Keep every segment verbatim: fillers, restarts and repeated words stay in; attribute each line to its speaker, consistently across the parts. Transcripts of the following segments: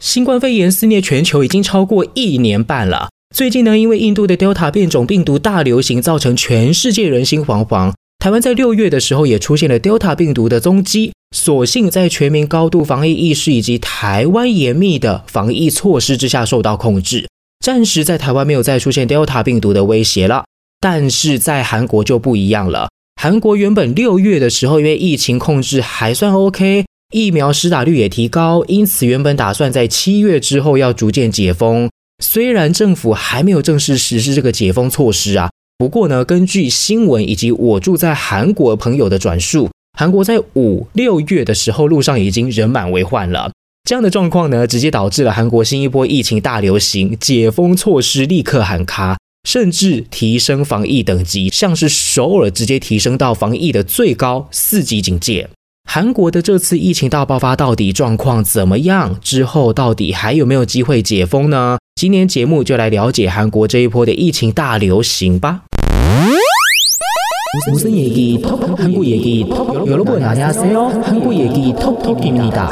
Speaker 1: 新冠肺炎肆虐全球已经超过一年半了。最近呢，因为印度的 Delta 变种病毒大流行，造成全世界人心惶惶。台湾在六月的时候也出现了 Delta 病毒的踪迹，所幸在全民高度防疫意识以及台湾严密的防疫措施之下受到控制，暂时在台湾没有再出现 Delta 病毒的威胁了。但是在韩国就不一样了，韩国原本六月的时候因为疫情控制还算 OK， 疫苗施打率也提高，因此原本打算在七月之后要逐渐解封。虽然政府还没有正式实施这个解封措施啊，不过呢，根据新闻以及我住在韩国朋友的转述，韩国在五六月的时候路上已经人满为患了。这样的状况呢，直接导致了韩国新一波疫情大流行，解封措施立刻喊卡，甚至提升防疫等级，像是首尔直接提升到防疫的最高四级警戒。韩国的这次疫情大爆发到底状况怎么样？之后到底还有没有机会解封呢？今天节目就来了解韩国这一波的疫情大流行吧。무슨 얘기 톡 한국 얘기 톡 여러분 안녕하세요. 한국 얘기 톡톡입니다.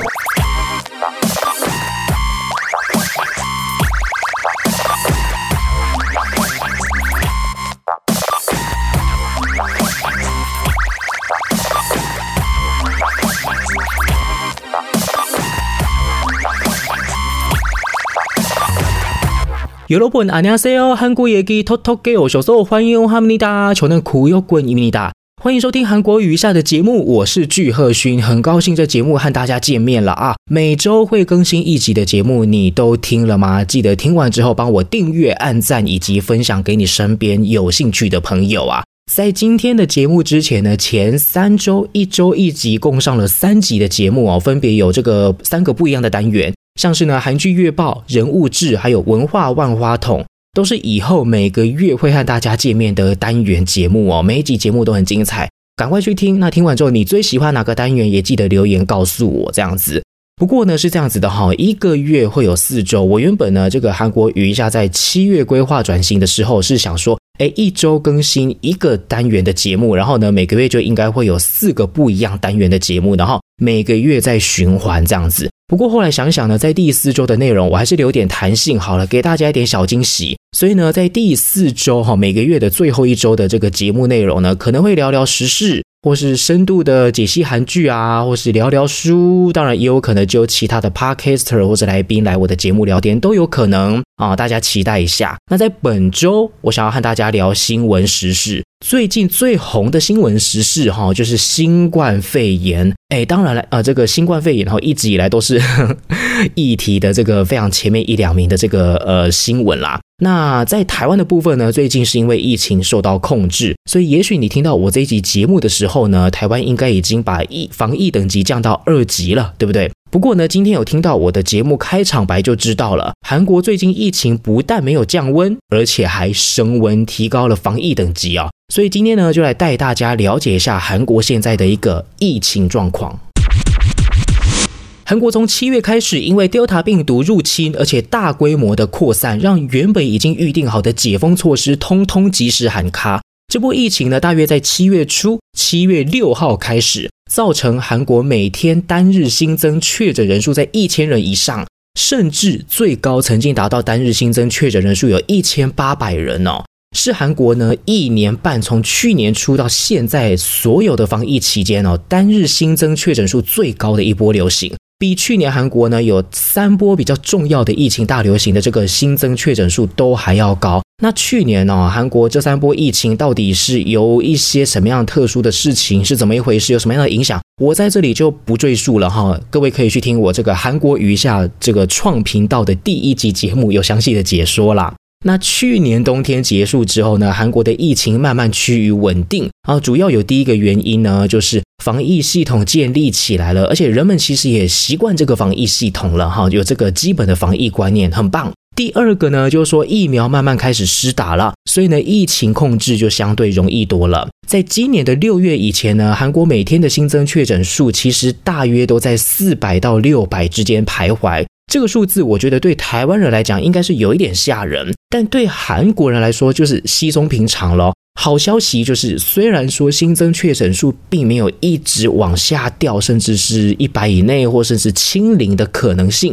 Speaker 1: 여러분 안녕하세요. 한국 얘기 톡톡에 오셔서 환영합니다. 저는 구역군입니다. 欢迎收听韩国语一下的节目，我是具赫勋，很高兴这节目和大家见面了啊！每周会更新一集的节目，你都听了吗？记得听完之后帮我订阅、按赞以及分享给你身边有兴趣的朋友啊！在今天的节目之前呢，前三周一周一集共上了三集的节目哦，分别有这个三个不一样的单元，像是呢韩剧月报、人物志还有文化万花筒。都是以后每个月会和大家见面的单元节目哦，每一集节目都很精彩，赶快去听。那听完之后你最喜欢哪个单元也记得留言告诉我这样子。不过呢是这样子的哈，一个月会有四周。我原本呢这个韩国语一下在七月规划转型的时候是想说，诶，一周更新一个单元的节目，然后呢每个月就应该会有四个不一样单元的节目，然后每个月再循环这样子。不过后来想想呢，在第四周的内容我还是留点弹性好了，给大家一点小惊喜。所以呢在第四周每个月的最后一周的这个节目内容呢，可能会聊聊时事，或是深度的解析韩剧啊，或是聊聊书，当然也有可能就有其他的 podcaster 或者来宾来我的节目聊天都有可能啊，大家期待一下。那在本周我想要和大家聊新闻时事，最近最红的新闻时事哈，就是新冠肺炎。哎，当然了，呃，这个新冠肺炎哈，一直以来都是呵呵议题的这个非常前面一两名的这个呃新闻啦。那在台湾的部分呢，最近是因为疫情受到控制，所以也许你听到我这一集节目的时候呢，台湾应该已经把疫防疫等级降到二级了，对不对？不过呢，今天有听到我的节目开场白就知道了，韩国最近疫情不但没有降温，而且还升温，提高了防疫等级啊。所以今天呢，就来带大家了解一下韩国现在的一个疫情状况。韩国从七月开始，因为 Delta 病毒入侵，而且大规模的扩散，让原本已经预定好的解封措施通通及时喊卡。这波疫情呢，大约在七月初，七月六号开始，造成韩国每天单日新增确诊人数在一千人以上，甚至最高曾经达到单日新增确诊人数有一千八百人哦。是韩国呢一年半从去年初到现在所有的防疫期间哦，单日新增确诊数最高的一波流行，比去年韩国呢有三波比较重要的疫情大流行的这个新增确诊数都还要高。那去年哦，韩国这三波疫情到底是有一些什么样特殊的事情，是怎么一回事，有什么样的影响，我在这里就不赘述了哈，各位可以去听我这个韩国语一下这个创频道的第一集节目，有详细的解说啦。那去年冬天结束之后呢，韩国的疫情慢慢趋于稳定啊，主要有第一个原因呢，就是防疫系统建立起来了，而且人们其实也习惯这个防疫系统了哈，有这个基本的防疫观念，很棒。第二个呢，就是说疫苗慢慢开始施打了，所以呢，疫情控制就相对容易多了。在今年的六月以前呢，韩国每天的新增确诊数其实大约都在四百到六百之间徘徊。这个数字我觉得对台湾人来讲应该是有一点吓人，但对韩国人来说就是稀松平常咯。好消息就是，虽然说新增确诊数并没有一直往下掉，甚至是一百以内或甚至清零的可能性，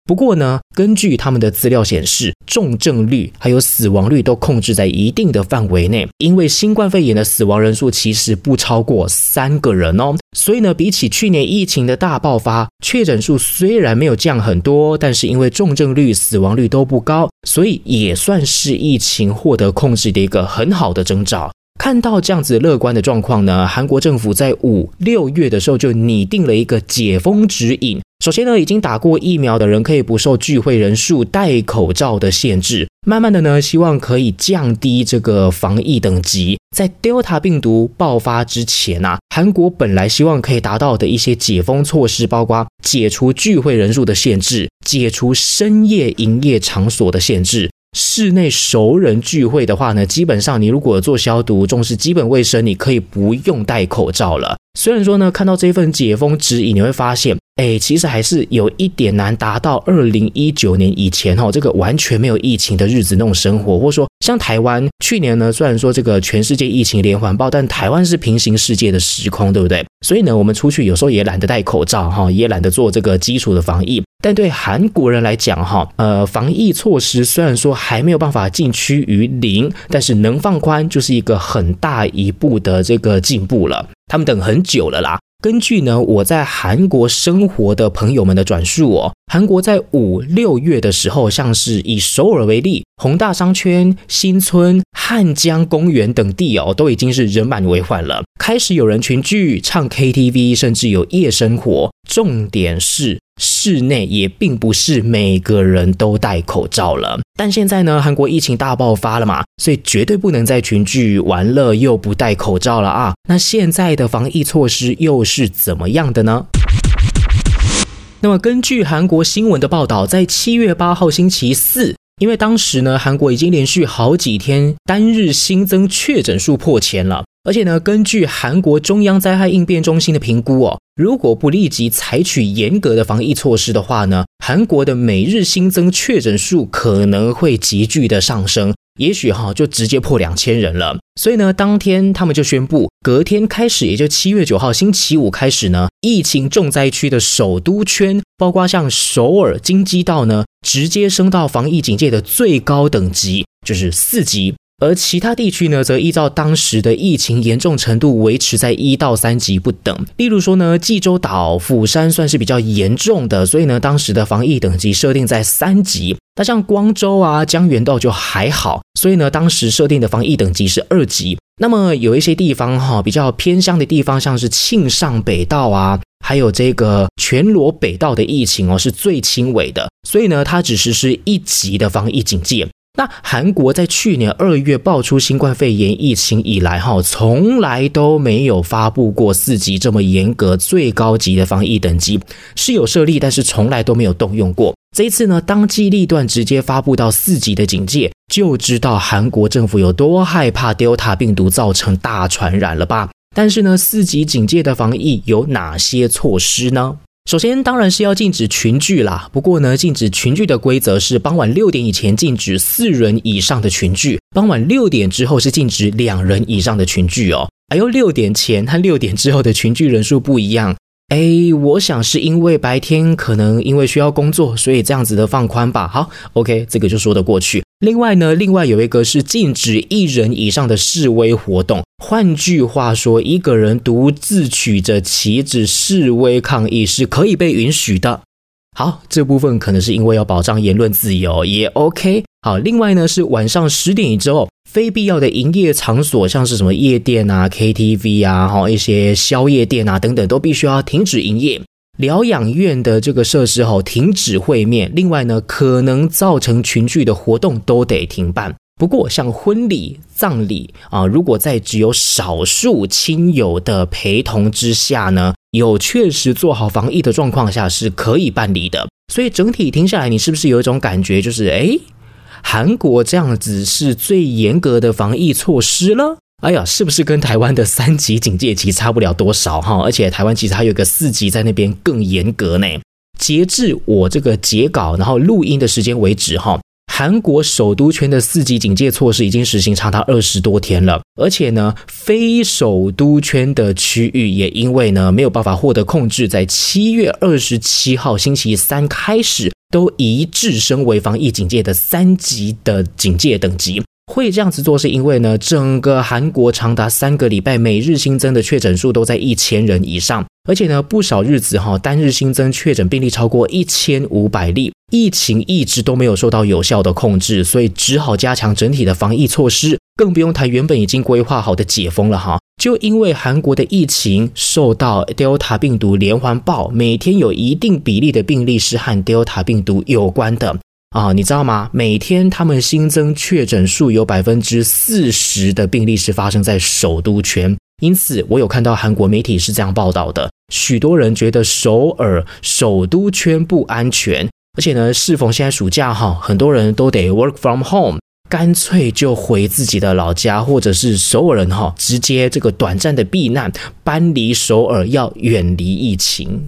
Speaker 1: 不过呢，根据他们的资料显示，重症率还有死亡率都控制在一定的范围内，因为新冠肺炎的死亡人数其实不超过三个人哦。所以呢，比起去年疫情的大爆发，确诊数虽然没有降很多，但是因为重症率、死亡率都不高，所以也算是疫情获得控制的一个很好的征兆。看到这样子乐观的状况呢，韩国政府在五六月的时候就拟定了一个解封指引。首先呢，已经打过疫苗的人可以不受聚会人数、戴口罩的限制。慢慢的呢，希望可以降低这个防疫等级。在 Delta 病毒爆发之前啊，韩国本来希望可以达到的一些解封措施，包括解除聚会人数的限制，解除深夜营业场所的限制。室内熟人聚会的话呢，基本上你如果做消毒、重视基本卫生，你可以不用戴口罩了。虽然说呢，看到这份解封指引，你会发现，哎，其实还是有一点难达到二零一九年以前哦，这个完全没有疫情的日子那种生活，或者说像台湾去年呢，虽然说这个全世界疫情连环爆，但台湾是平行世界的时空，对不对？所以呢，我们出去有时候也懒得戴口罩哈，也懒得做这个基础的防疫。但对韩国人来讲哈，呃，防疫措施虽然说还没有办法禁区于零，但是能放宽就是一个很大一步的这个进步了。他们等很久了啦。根据呢我在韩国生活的朋友们的转述哦，韩国在五六月的时候，像是以首尔为例，弘大商圈、新村、汉江公园等地哦，都已经是人满为患了，开始有人群聚、唱 K T V， 甚至有夜生活。重点是室内也并不是每个人都戴口罩了。但现在呢，韩国疫情大爆发了嘛，所以绝对不能再群聚玩乐又不戴口罩了啊。那现在的防疫措施又是怎么样的呢？那么根据韩国新闻的报道，在七月八号星期四，因为当时呢，韩国已经连续好几天单日新增确诊数破千了。而且呢，根据韩国中央灾害应变中心的评估哦，如果不立即采取严格的防疫措施的话呢，韩国的每日新增确诊数可能会急剧的上升，也许哈就直接破两千人了。所以呢，当天他们就宣布，隔天开始，也就七月九号星期五开始呢，疫情重灾区的首都圈，包括像首尔、京畿道呢，直接升到防疫警戒的最高等级，就是四级。而其他地区呢，则依照当时的疫情严重程度维持在一到三级不等。例如说呢，济州岛、釜山算是比较严重的，所以呢，当时的防疫等级设定在三级。那像光州啊、江原道就还好，所以呢，当时设定的防疫等级是二级。那么有一些地方哈，比较偏乡的地方，像是庆尚北道啊，还有这个全罗北道的疫情哦，是最轻微的，所以呢，它只实施一级的防疫警戒。那韩国在去年二月爆出新冠肺炎疫情以来哈，从来都没有发布过四级这么严格最高级的防疫等级，是有设立，但是从来都没有动用过。这一次呢，当机立断直接发布到四级的警戒，就知道韩国政府有多害怕 Delta 病毒造成大传染了吧？但是呢，四级警戒的防疫有哪些措施呢？首先当然是要禁止群聚啦，不过呢，禁止群聚的规则是傍晚六点以前禁止四人以上的群聚，傍晚六点之后是禁止两人以上的群聚哦。还有六点前和六点之后的群聚人数不一样。诶，我想是因为白天可能因为需要工作，所以这样子的放宽吧。好 ，OK， 这个就说得过去。另外呢，另外有一个是禁止一人以上的示威活动。换句话说，一个人独自举着旗子示威抗议是可以被允许的。好，这部分可能是因为要保障言论自由，也 OK。好，另外呢是晚上十点之后，非必要的营业场所，像是什么夜店啊、K T V 啊、一些宵夜店啊等等，都必须要停止营业。疗养院的这个设施后停止会面，另外呢，可能造成群聚的活动都得停办。不过像婚礼、葬礼啊，如果在只有少数亲友的陪同之下呢，有确实做好防疫的状况下是可以办理的。所以整体听下来，你是不是有一种感觉，就是诶，韩国这样子是最严格的防疫措施了？哎呀，是不是跟台湾的三级警戒其实差不了多少哈？而且台湾其实还有一个四级在那边更严格呢。截至我这个截稿然后录音的时间为止哈，韩国首都圈的四级警戒措施已经实行长达二十多天了，而且呢，非首都圈的区域也因为呢没有办法获得控制，在七月二十七号星期三开始都一致升为防疫警戒的三级的警戒等级。会这样子做是因为呢，整个韩国长达三个礼拜每日新增的确诊数都在一千人以上，而且呢不少日子哈单日新增确诊病例超过一千五百例，疫情一直都没有受到有效的控制，所以只好加强整体的防疫措施，更不用谈原本已经规划好的解封了哈。就因为韩国的疫情受到 Delta 病毒连环爆，每天有一定比例的病例是和 Delta 病毒有关的啊，你知道吗？每天他们新增确诊数有 百分之四十 的病例是发生在首都圈，因此我有看到韩国媒体是这样报道的，许多人觉得首尔首都圈不安全，而且呢适逢现在暑假哈，很多人都得 work from home， 干脆就回自己的老家，或者是首尔人哈直接这个短暂的避难，搬离首尔，要远离疫情。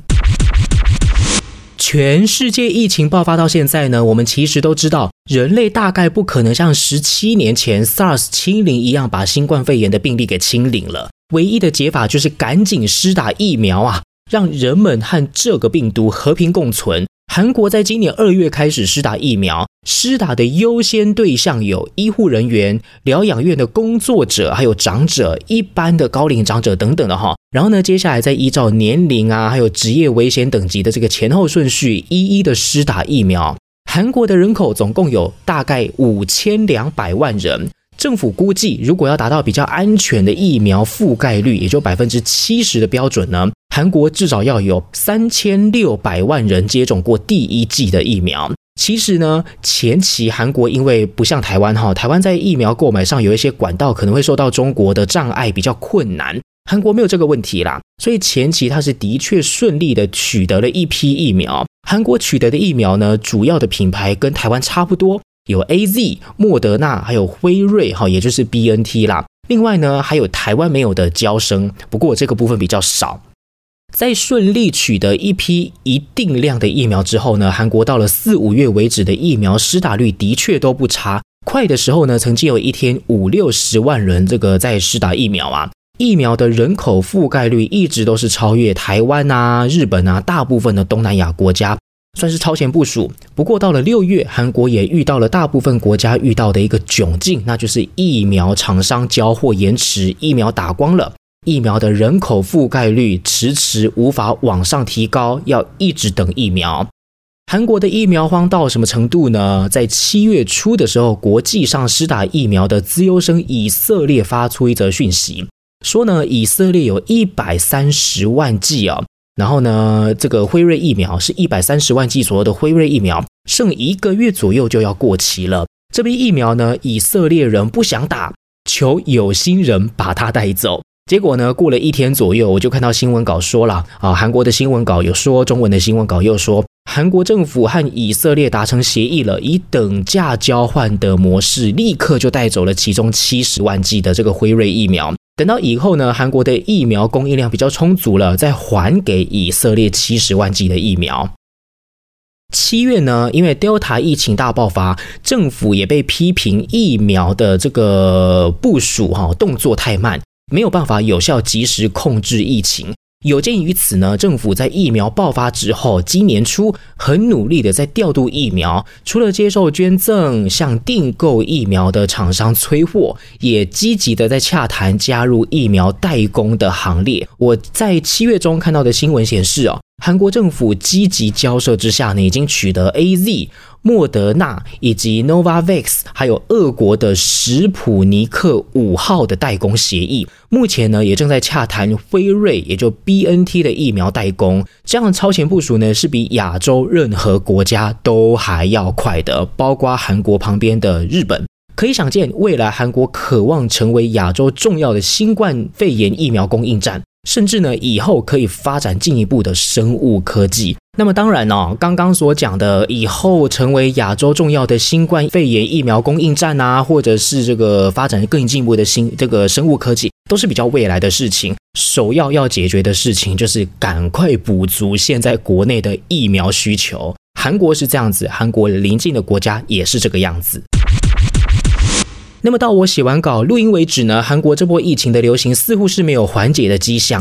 Speaker 1: 全世界疫情爆发到现在呢，我们其实都知道，人类大概不可能像十七年前 SARS 清零一样把新冠肺炎的病例给清零了。唯一的解法就是赶紧施打疫苗啊，让人们和这个病毒和平共存。韩国在今年二月开始施打疫苗，施打的优先对象有医护人员、疗养院的工作者，还有长者、一般的高龄长者等等的哈。然后呢，接下来再依照年龄啊，还有职业危险等级的这个前后顺序，一一的施打疫苗。韩国的人口总共有大概五千两百万人。政府估计，如果要达到比较安全的疫苗覆盖率，也就 百分之七十 的标准呢，韩国至少要有三千六百万人接种过第一剂的疫苗。其实呢，前期韩国因为不像台湾哈，台湾在疫苗购买上有一些管道可能会受到中国的障碍，比较困难。韩国没有这个问题啦，所以前期它是的确顺利的取得了一批疫苗。韩国取得的疫苗呢，主要的品牌跟台湾差不多。有 A Z、莫德纳，还有辉瑞，也就是 B N T 啦。另外呢，还有台湾没有的嬌生，不过这个部分比较少。在顺利取得一批一定量的疫苗之后呢，韩国到了四五月为止的疫苗施打率的确都不差。快的时候呢，曾经有一天五六十万人这个在施打疫苗啊。疫苗的人口覆盖率一直都是超越台湾啊、日本啊大部分的东南亚国家。算是超前部署。不过到了六月，韩国也遇到了大部分国家遇到的一个窘境，那就是疫苗厂商交货延迟，疫苗打光了，疫苗的人口覆盖率迟迟无法往上提高，要一直等疫苗。韩国的疫苗荒到什么程度呢？在七月初的时候，国际上施打疫苗的资优生以色列发出一则讯息，说呢，以色列有一百三十万剂啊。然后呢，这个辉瑞疫苗是一百三十万剂左右的辉瑞疫苗，剩一个月左右就要过期了。这批疫苗呢，以色列人不想打，求有心人把它带走。结果呢，过了一天左右，我就看到新闻稿说了啊，韩国的新闻稿有说，中文的新闻稿又说，韩国政府和以色列达成协议了，以等价交换的模式，立刻就带走了其中七十万剂的这个辉瑞疫苗。等到以后呢，韩国的疫苗供应量比较充足了，再还给以色列七十万剂的疫苗。七月呢，因为 Delta 疫情大爆发，政府也被批评疫苗的这个部署哈动作太慢，没有办法有效及时控制疫情。有鉴于此呢，政府在疫苗爆发之后，今年初很努力的在调度疫苗，除了接受捐赠，向订购疫苗的厂商催货，也积极的在洽谈加入疫苗代工的行列。我在七月中看到的新闻显示哦，韩国政府积极交涉之下呢，已经取得 A Z、莫德纳以及 Novavax 还有俄国的史普尼克五号的代工协议。目前呢，也正在洽谈辉瑞，也就 B N T 的疫苗代工。这样的超前部署呢，是比亚洲任何国家都还要快的，包括韩国旁边的日本。可以想见，未来韩国渴望成为亚洲重要的新冠肺炎疫苗供应站，甚至呢，以后可以发展进一步的生物科技。那么当然哦，刚刚所讲的以后成为亚洲重要的新冠肺炎疫苗供应站啊，或者是这个发展更进一步的新这个生物科技，都是比较未来的事情。首要要解决的事情就是赶快补足现在国内的疫苗需求。韩国是这样子，韩国邻近的国家也是这个样子。那么到我写完稿录音为止呢，韩国这波疫情的流行似乎是没有缓解的迹象啦。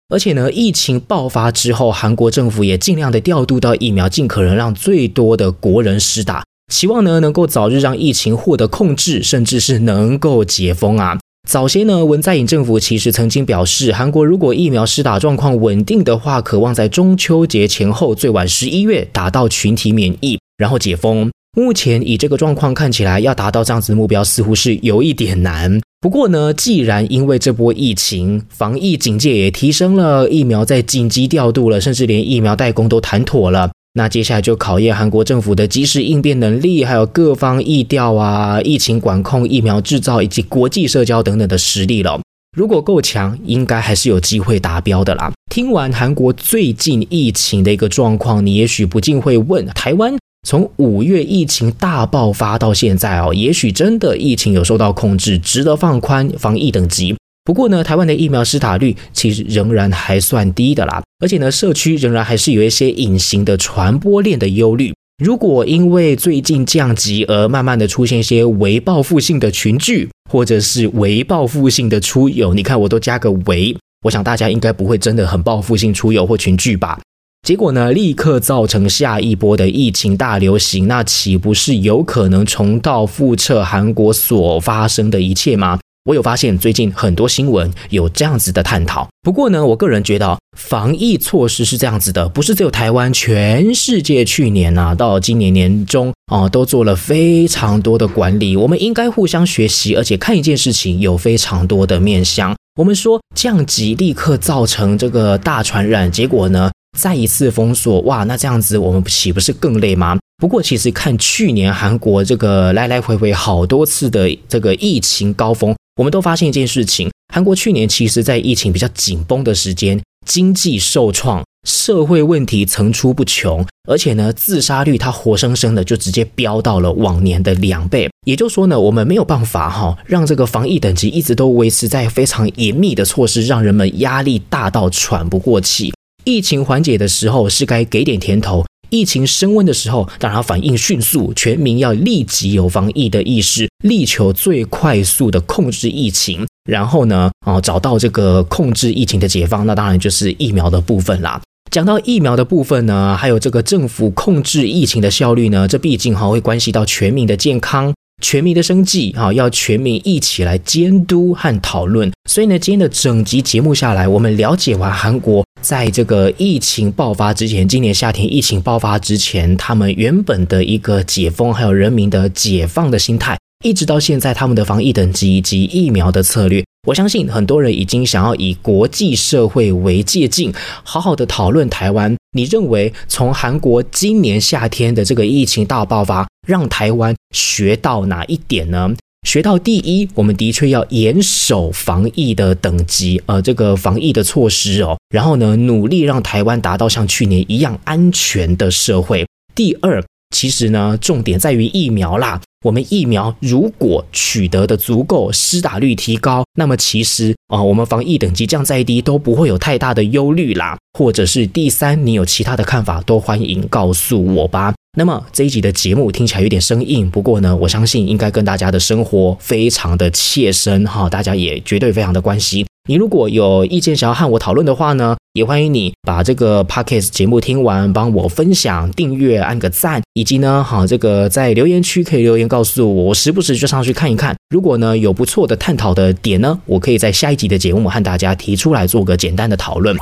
Speaker 1: 而且呢，疫情爆发之后，韩国政府也尽量的调度到疫苗，尽可能让最多的国人施打，希望呢能够早日让疫情获得控制，甚至是能够解封啊。早些呢，文在寅政府其实曾经表示，韩国如果疫苗施打状况稳定的话，渴望在中秋节前后最晚十一月达到群体免疫，然后解封。目前以这个状况看起来，要达到这样子的目标似乎是有一点难。不过呢，既然因为这波疫情，防疫警戒也提升了，疫苗在紧急调度了，甚至连疫苗代工都谈妥了，那接下来就考验韩国政府的及时应变能力，还有各方疫调啊、疫情管控、疫苗制造以及国际社交等等的实力了。如果够强，应该还是有机会达标的啦。听完韩国最近疫情的一个状况，你也许不禁会问，台湾从五月疫情大爆发到现在哦，也许真的疫情有受到控制，值得放宽防疫等级。不过呢，台湾的疫苗施打率其实仍然还算低的啦，而且呢，社区仍然还是有一些隐形的传播链的忧虑。如果因为最近降级而慢慢的出现一些微报复性的群聚，或者是微报复性的出游，你看我都加个微，我想大家应该不会真的很报复性出游或群聚吧。结果呢，立刻造成下一波的疫情大流行，那岂不是有可能重蹈覆辙韩国所发生的一切吗？我有发现最近很多新闻有这样子的探讨。不过呢，我个人觉得防疫措施是这样子的，不是只有台湾，全世界去年啊到今年年中啊都做了非常多的管理，我们应该互相学习，而且看一件事情有非常多的面向。我们说降级立刻造成这个大传染，结果呢再一次封锁，哇，那这样子我们岂不是更累吗？不过其实看去年韩国这个来来回回好多次的这个疫情高峰，我们都发现一件事情，韩国去年其实在疫情比较紧绷的时间，经济受创，社会问题层出不穷，而且呢自杀率它活生生的就直接飙到了往年的两倍。也就是说呢，我们没有办法哈让这个防疫等级一直都维持在非常严密的措施，让人们压力大到喘不过气。疫情缓解的时候是该给点甜头，疫情升温的时候当然反应迅速，全民要立即有防疫的意识，力求最快速的控制疫情，然后呢、哦、找到这个控制疫情的解方，那当然就是疫苗的部分啦。讲到疫苗的部分呢，还有这个政府控制疫情的效率呢，这毕竟哈会关系到全民的健康，全民的生计，要全民一起来监督和讨论。所以呢，今天的整集节目下来，我们了解完韩国在这个疫情爆发之前，今年夏天疫情爆发之前，他们原本的一个解封，还有人民的解放的心态，一直到现在他们的防疫等级以及疫苗的策略，我相信很多人已经想要以国际社会为借鉴，好好的讨论台湾。你认为从韩国今年夏天的这个疫情大爆发，让台湾学到哪一点呢？学到第一，我们的确要严守防疫的等级，呃，这个防疫的措施哦，然后呢，努力让台湾达到像去年一样安全的社会。第二，其实呢，重点在于疫苗啦。我们疫苗如果取得的足够，施打率提高，那么其实啊、呃，我们防疫等级降再低都不会有太大的忧虑啦。或者是第三，你有其他的看法，都欢迎告诉我吧。那么这一集的节目听起来有点生硬，不过呢，我相信应该跟大家的生活非常的切身哈，大家也绝对非常的关心。你如果有意见想要和我讨论的话呢，也欢迎你把这个 podcast 节目听完，帮我分享、订阅、按个赞，以及呢，好这个在留言区可以留言告诉我，我时不时就上去看一看。如果呢有不错的探讨的点呢，我可以在下一集的节目和大家提出来做个简单的讨论。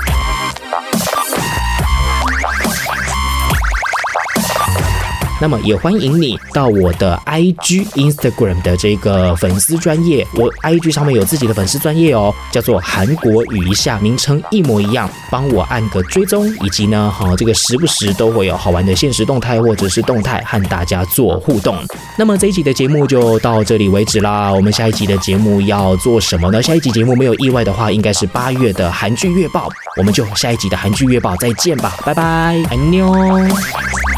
Speaker 1: 那么也欢迎你到我的 I G Instagram 的这个粉丝专页，我 I G 上面有自己的粉丝专页哦，叫做韩国语一下，名称一模一样，帮我按个追踪，以及呢，好、哦、这个时不时都会有好玩的限时动态或者是动态和大家做互动。那么这一集的节目就到这里为止啦，我们下一集的节目要做什么呢？下一集节目没有意外的话，应该是八月的韩剧月报，我们就下一集的韩剧月报再见吧，拜拜，安妞。